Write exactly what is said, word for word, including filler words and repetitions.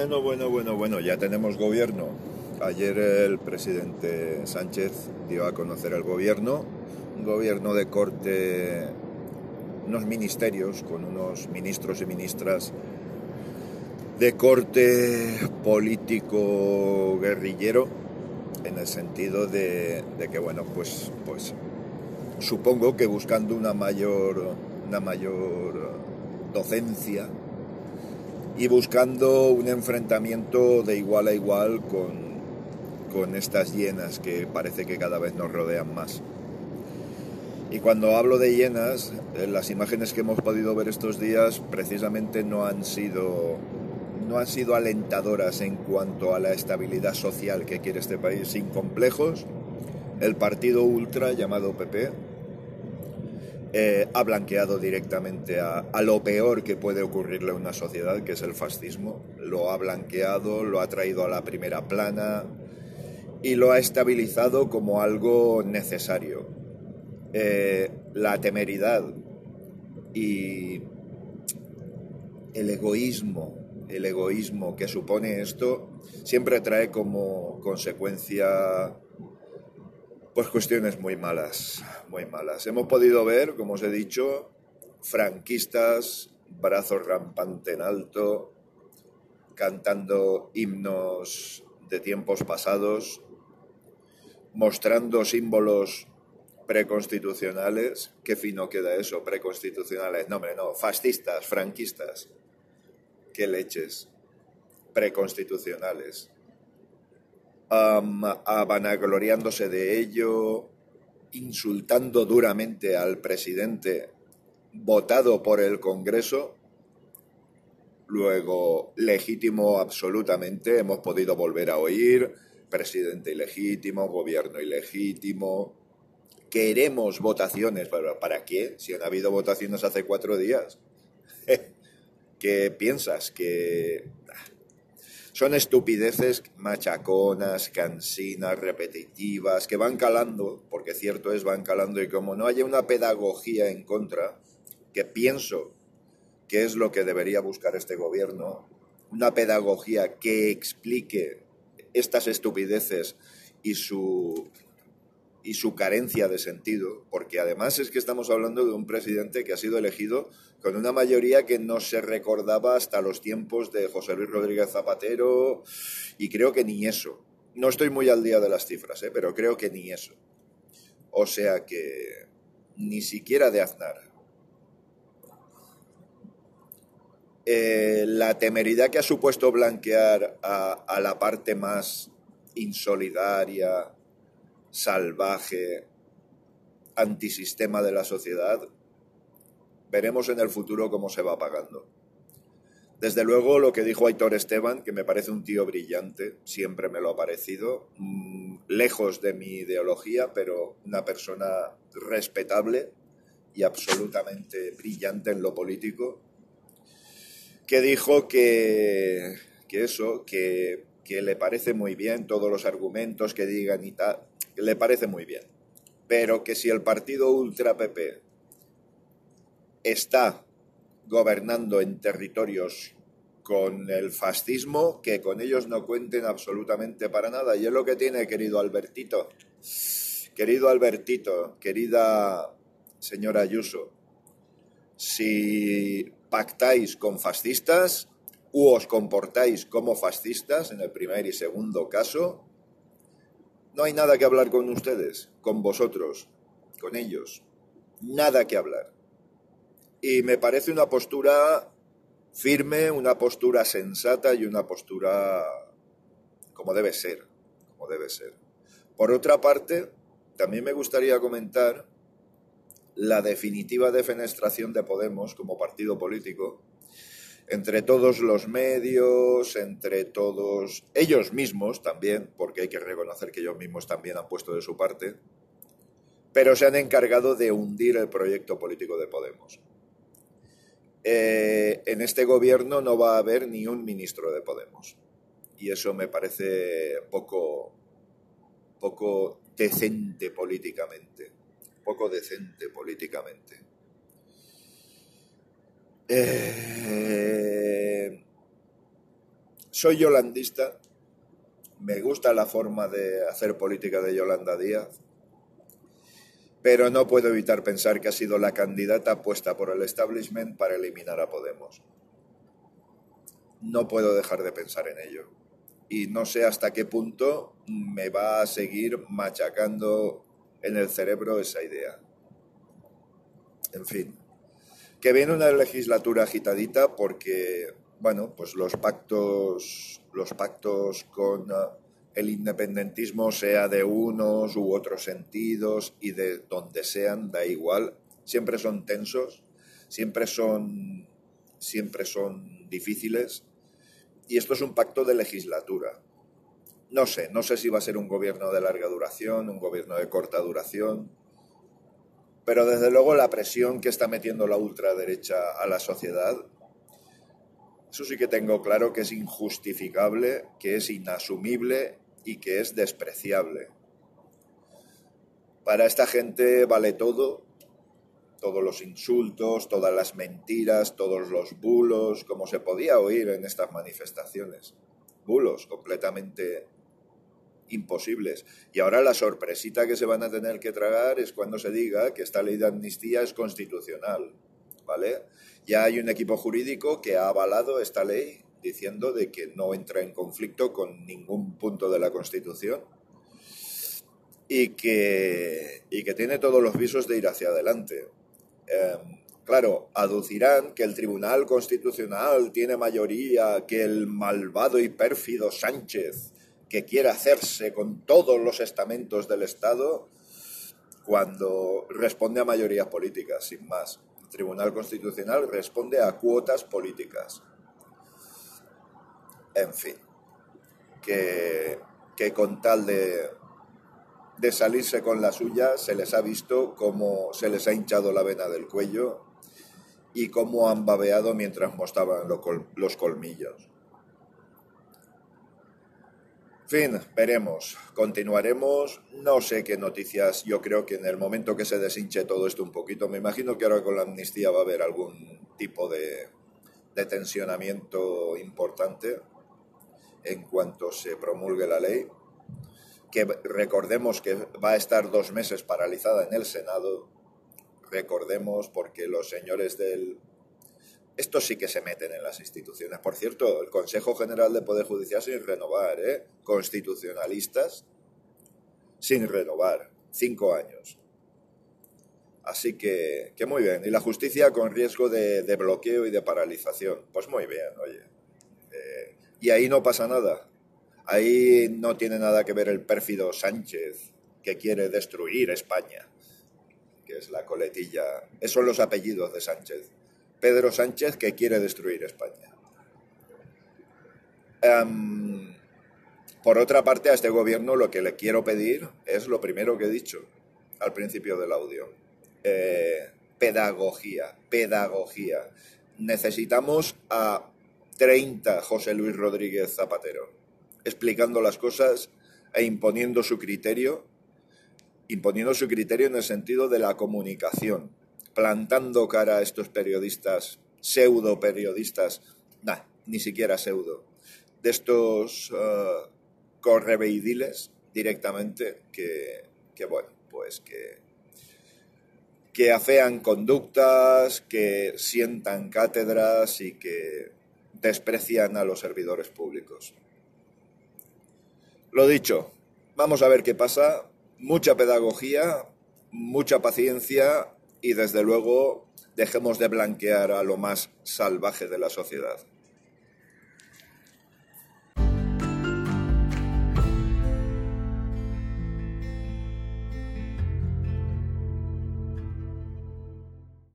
Bueno, bueno, bueno, bueno, ya tenemos gobierno. Ayer el presidente Sánchez dio a conocer el gobierno, un gobierno de corte, unos ministerios con unos ministros y ministras de corte político guerrillero, en el sentido de, de que, bueno, pues, pues supongo que buscando una mayor, una mayor docencia y buscando un enfrentamiento de igual a igual con, con estas hienas que parece que cada vez nos rodean más. Y cuando hablo de hienas, las imágenes que hemos podido ver estos días precisamente no han sido, no han sido alentadoras en cuanto a la estabilidad social que quiere este país. Sin complejos, el partido ultra llamado P P Eh, ha blanqueado directamente a, a lo peor que puede ocurrirle a una sociedad, que es el fascismo. Lo ha blanqueado, lo ha traído a la primera plana y lo ha estabilizado como algo necesario. Eh, la temeridad y el egoísmo, el egoísmo que supone esto, siempre trae como consecuencia pues cuestiones muy malas, muy malas. Hemos podido ver, como os he dicho, franquistas, brazos rampante en alto, cantando himnos de tiempos pasados, mostrando símbolos preconstitucionales. Qué fino queda eso, preconstitucionales. No, hombre, no, fascistas, franquistas. Qué leches, preconstitucionales. Um, a vanagloriándose de ello, insultando duramente al presidente votado por el Congreso, luego legítimo absolutamente, hemos podido volver a oír, presidente ilegítimo, gobierno ilegítimo, queremos votaciones, ¿pero para qué? Si han habido votaciones hace cuatro días. ¿Qué piensas? Que son estupideces machaconas, cansinas, repetitivas, que van calando, porque cierto es, van calando, y como no haya una pedagogía en contra, que pienso que es lo que debería buscar este gobierno, una pedagogía que explique estas estupideces y su, y su carencia de sentido, porque además es que estamos hablando de un presidente que ha sido elegido con una mayoría que no se recordaba hasta los tiempos de José Luis Rodríguez Zapatero, y creo que ni eso. No estoy muy al día de las cifras, ¿eh? Pero creo que ni eso. O sea que ni siquiera de Aznar. Eh, la temeridad que ha supuesto blanquear a, a la parte más insolidaria, salvaje, antisistema de la sociedad, veremos en el futuro cómo se va apagando. Desde luego, lo que dijo Aitor Esteban, que me parece un tío brillante, siempre me lo ha parecido, mmm, lejos de mi ideología, pero una persona respetable y absolutamente brillante en lo político, que dijo que, que eso, que, que le parece muy bien todos los argumentos que digan y tal, que le parece muy bien, pero que si el partido ultra P P está gobernando en territorios con el fascismo, que con ellos no cuenten absolutamente para nada. Y es lo que tiene, querido Albertito, querido Albertito, querida señora Ayuso. Si pactáis con fascistas u os comportáis como fascistas, en el primer y segundo caso, no hay nada que hablar con ustedes, con vosotros, con ellos. Nada que hablar. Y me parece una postura firme, una postura sensata y una postura como debe ser, como debe ser. Por otra parte, también me gustaría comentar la definitiva defenestración de Podemos como partido político, entre todos los medios, entre todos ellos mismos también, porque hay que reconocer que ellos mismos también han puesto de su parte, pero se han encargado de hundir el proyecto político de Podemos. Eh, en este gobierno no va a haber ni un ministro de Podemos, y eso me parece poco, poco decente políticamente, poco decente políticamente. Eh, soy yolandista, me gusta la forma de hacer política de Yolanda Díaz, pero no puedo evitar pensar que ha sido la candidata puesta por el establishment para eliminar a Podemos. No puedo dejar de pensar en ello. Y no sé hasta qué punto me va a seguir machacando en el cerebro esa idea. En fin, que viene una legislatura agitadita porque, bueno, pues los pactos, los pactos con el independentismo, sea de unos u otros sentidos y de donde sean, da igual, siempre son tensos, siempre son, siempre son difíciles. Y esto es un pacto de legislatura. No sé, no sé si va a ser un gobierno de larga duración, un gobierno de corta duración, pero desde luego la presión que está metiendo la ultraderecha a la sociedad, eso sí que tengo claro que es injustificable, que es inasumible y que es despreciable. Para esta gente vale todo, todos los insultos, todas las mentiras, todos los bulos, como se podía oír en estas manifestaciones. Bulos completamente imposibles. Y ahora la sorpresita que se van a tener que tragar es cuando se diga que esta ley de amnistía es constitucional, ¿vale? Ya hay un equipo jurídico que ha avalado esta ley diciendo de que no entra en conflicto con ningún punto de la Constitución y que, y que tiene todos los visos de ir hacia adelante. Eh, claro, aducirán que el Tribunal Constitucional tiene mayoría, que el malvado y pérfido Sánchez, que quiere hacerse con todos los estamentos del Estado, cuando responde a mayorías políticas, sin más. El Tribunal Constitucional responde a cuotas políticas. En fin, que, que con tal de... de salirse con la suya, se les ha visto cómo se les ha hinchado la vena del cuello y cómo han babeado mientras mostraban los colmillos. En fin, veremos, continuaremos, no sé qué noticias, yo creo que en el momento que se deshinche todo esto un poquito, me imagino que ahora con la amnistía va a haber algún tipo de, de tensionamiento importante en cuanto se promulgue la ley, que recordemos que va a estar dos meses paralizada en el Senado, recordemos porque los señores del... Estos sí que se meten en las instituciones. Por cierto, el Consejo General de Poder Judicial sin renovar, ¿eh? Constitucionalistas sin renovar, cinco años. Así que, que muy bien. Y la justicia con riesgo de, de bloqueo y de paralización. Pues muy bien, oye. Eh, y ahí no pasa nada. Ahí no tiene nada que ver el pérfido Sánchez, que quiere destruir España, que es la coletilla. Esos son los apellidos de Sánchez. Pedro Sánchez, que quiere destruir España. Um, por otra parte, a este gobierno lo que le quiero pedir es lo primero que he dicho al principio del audio. Eh, pedagogía, pedagogía. Necesitamos a treinta José Luis Rodríguez Zapatero, explicando las cosas e imponiendo su criterio, imponiendo su criterio en el sentido de la comunicación, plantando cara a estos periodistas, pseudo periodistas, nah, ni siquiera pseudo, de estos uh, correveidiles directamente que, que bueno, pues que, que afean conductas, que sientan cátedras y que desprecian a los servidores públicos. Lo dicho, vamos a ver qué pasa, mucha pedagogía, mucha paciencia y desde luego dejemos de blanquear a lo más salvaje de la sociedad.